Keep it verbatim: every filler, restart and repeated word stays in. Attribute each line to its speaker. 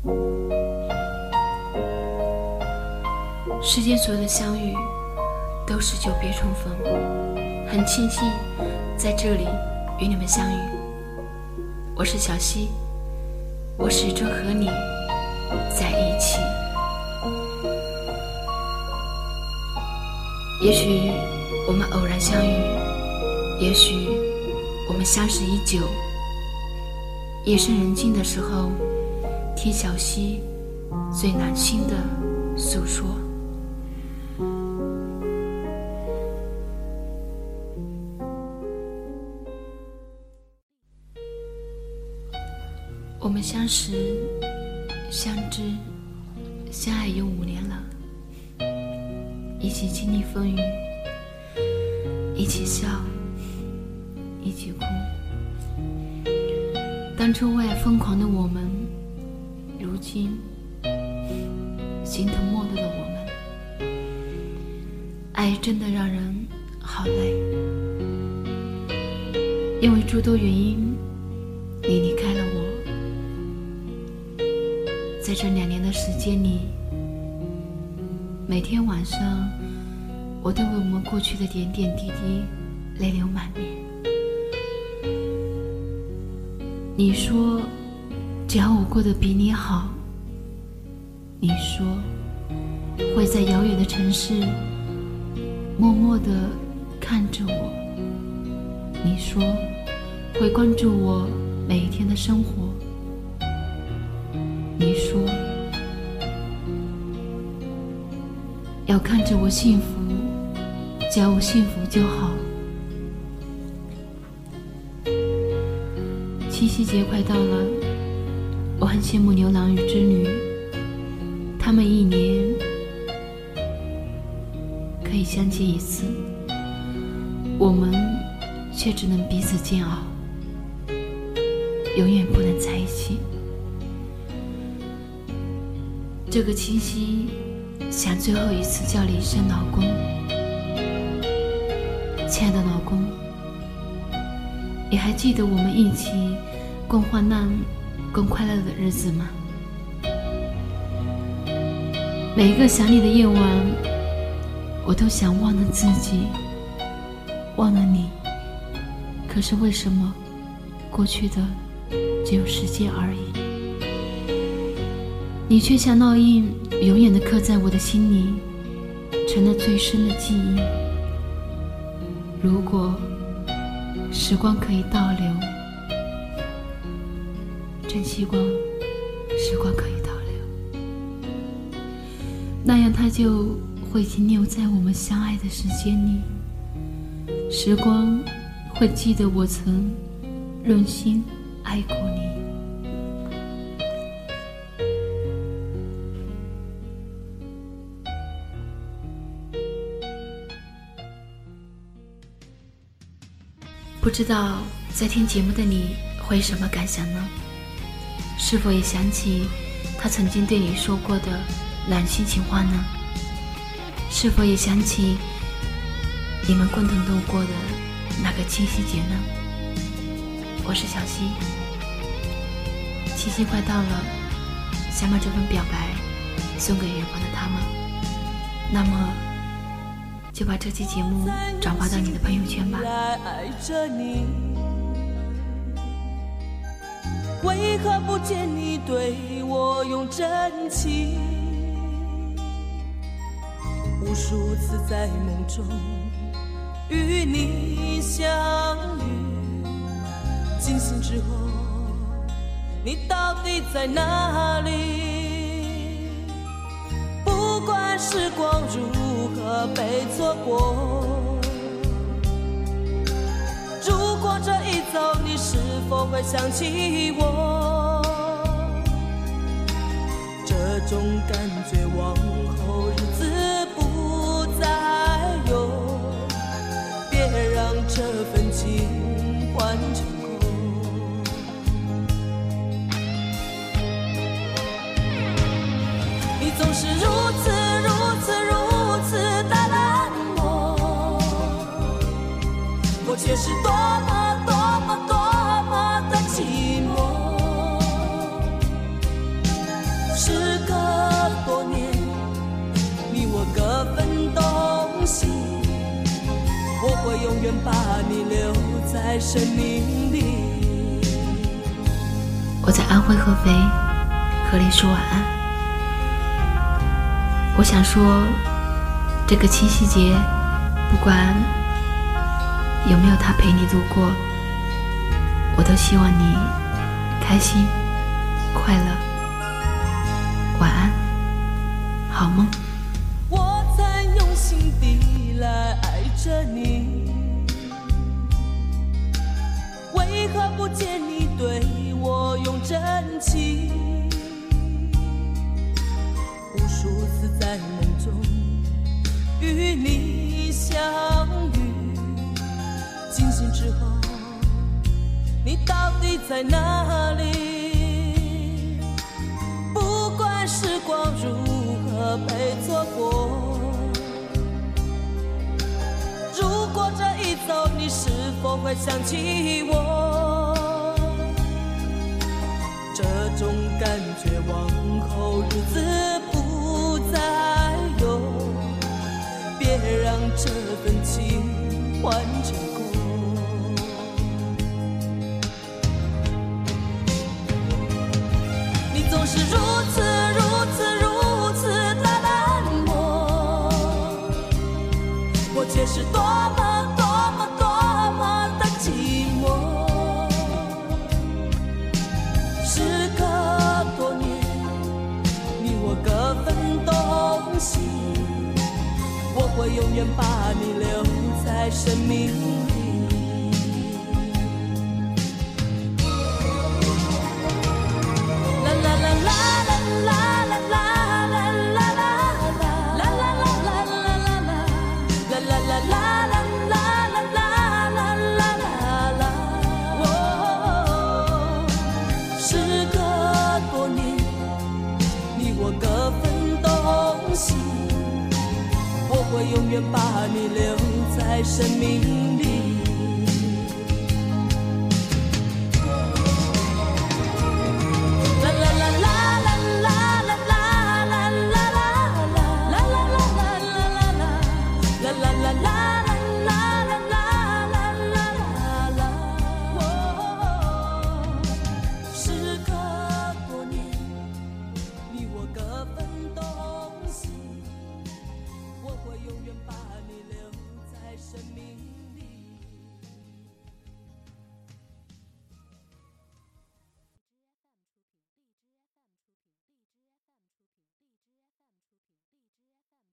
Speaker 1: 世间所有的相遇都是久别重逢，很庆幸在这里与你们相遇。我是小溪，我始终和你在一起。也许我们偶然相遇，也许我们相识已久。夜深人静的时候，听小溪最暖心的诉说。我们相识、相知、相爱有五年了，一起经历风雨，一起笑，一起哭。当初为爱疯狂的我们，如今形同陌路的我们，爱真的让人好累。因为诸多原因，你离开了我。在这两年的时间里，每天晚上我都为我们过去的点点滴滴泪流满面。你说只要我过得比你好，你说会在遥远的城市默默地看着我，你说会关注我每一天的生活，你说要看着我幸福，只要我幸福就好。七夕节快到了，我很羡慕牛郎与织女，他们一年可以相见一次，我们却只能彼此煎熬，永远不能在一起。这个七夕想最后一次叫你一声老公，亲爱的老公，你还记得我们一起共患难共快乐的日子吗？每一个想你的夜晚，我都想忘了自己，忘了你，可是为什么过去的只有时间而已，你却像烙印永远地刻在我的心里，成了最深的记忆。如果时光可以倒流，真希望时光可以倒流，那样它就会停留在我们相爱的时间里，时光会记得我曾用心爱过你。不知道在听节目的你会有什么感想呢？是否也想起他曾经对你说过的暖心情话呢？是否也想起你们共同度过的那个七夕节呢？我是小溪，七夕快到了，想把这份表白送给远方的他们，那么就把这期节目转发到你的朋友圈吧。
Speaker 2: 爱着你，为何不见你对我用真情？无数次在梦中与你相遇，惊醒之后你到底在哪里？不管时光如何被错过，如果这一走你是否会想起我？这种感觉往后日子不再有，别让这份情换成空。你总是如此如此如此的冷漠，我却是多么多么多么的寂寞。 远把你留在生命里。
Speaker 1: 我在安徽合肥和你说晚安。我想说，这个七夕节，不管有没有他陪你度过，我都希望你开心快乐。晚安，好梦。
Speaker 2: 我在用心地来爱着你，为何不见你对我用真情？无数次在梦中与你相遇，惊醒之后，你到底在哪里？不管时光如何被错过，如果这一走，你是否会想起我？这种感觉往后日子不再有，别让这份情换成过。你总是如此如此如此的冷漠，我却是多么多么多么的寂寞。时隔多年，你我各分东西，我会永远把你留在生命里。我会永远把你留在生命里。